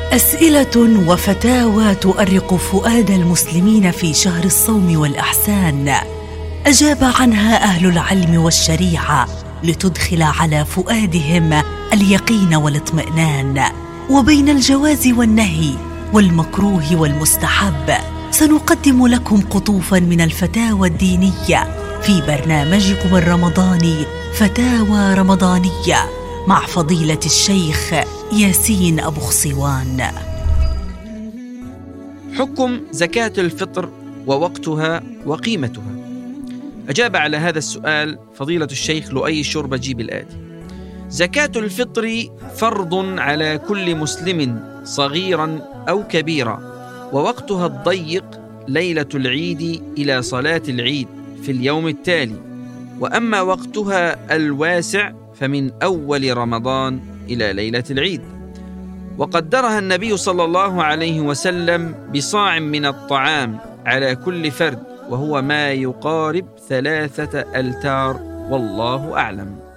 أسئلة وفتاوى تؤرق فؤاد المسلمين في شهر الصوم والإحسان، أجاب عنها أهل العلم والشريعة لتدخل على فؤادهم اليقين والاطمئنان. وبين الجواز والنهي والمكروه والمستحب سنقدم لكم قطوفاً من الفتاوى الدينية في برنامجكم الرمضاني فتاوى رمضانية مع فضيلة الشيخ ياسين أبو خصوان. حكم زكاة الفطر ووقتها وقيمتها. أجاب على هذا السؤال فضيلة الشيخ لؤي الشربجي بالآتي: زكاة الفطر فرض على كل مسلم صغيرا أو كبيرا، ووقتها الضيق ليلة العيد إلى صلاة العيد في اليوم التالي، وأما وقتها الواسع فمن أول رمضان إلى ليلة العيد. وقدرها النبي صلى الله عليه وسلم بصاع من الطعام على كل فرد، وهو ما يقارب 3 ألتار، والله أعلم.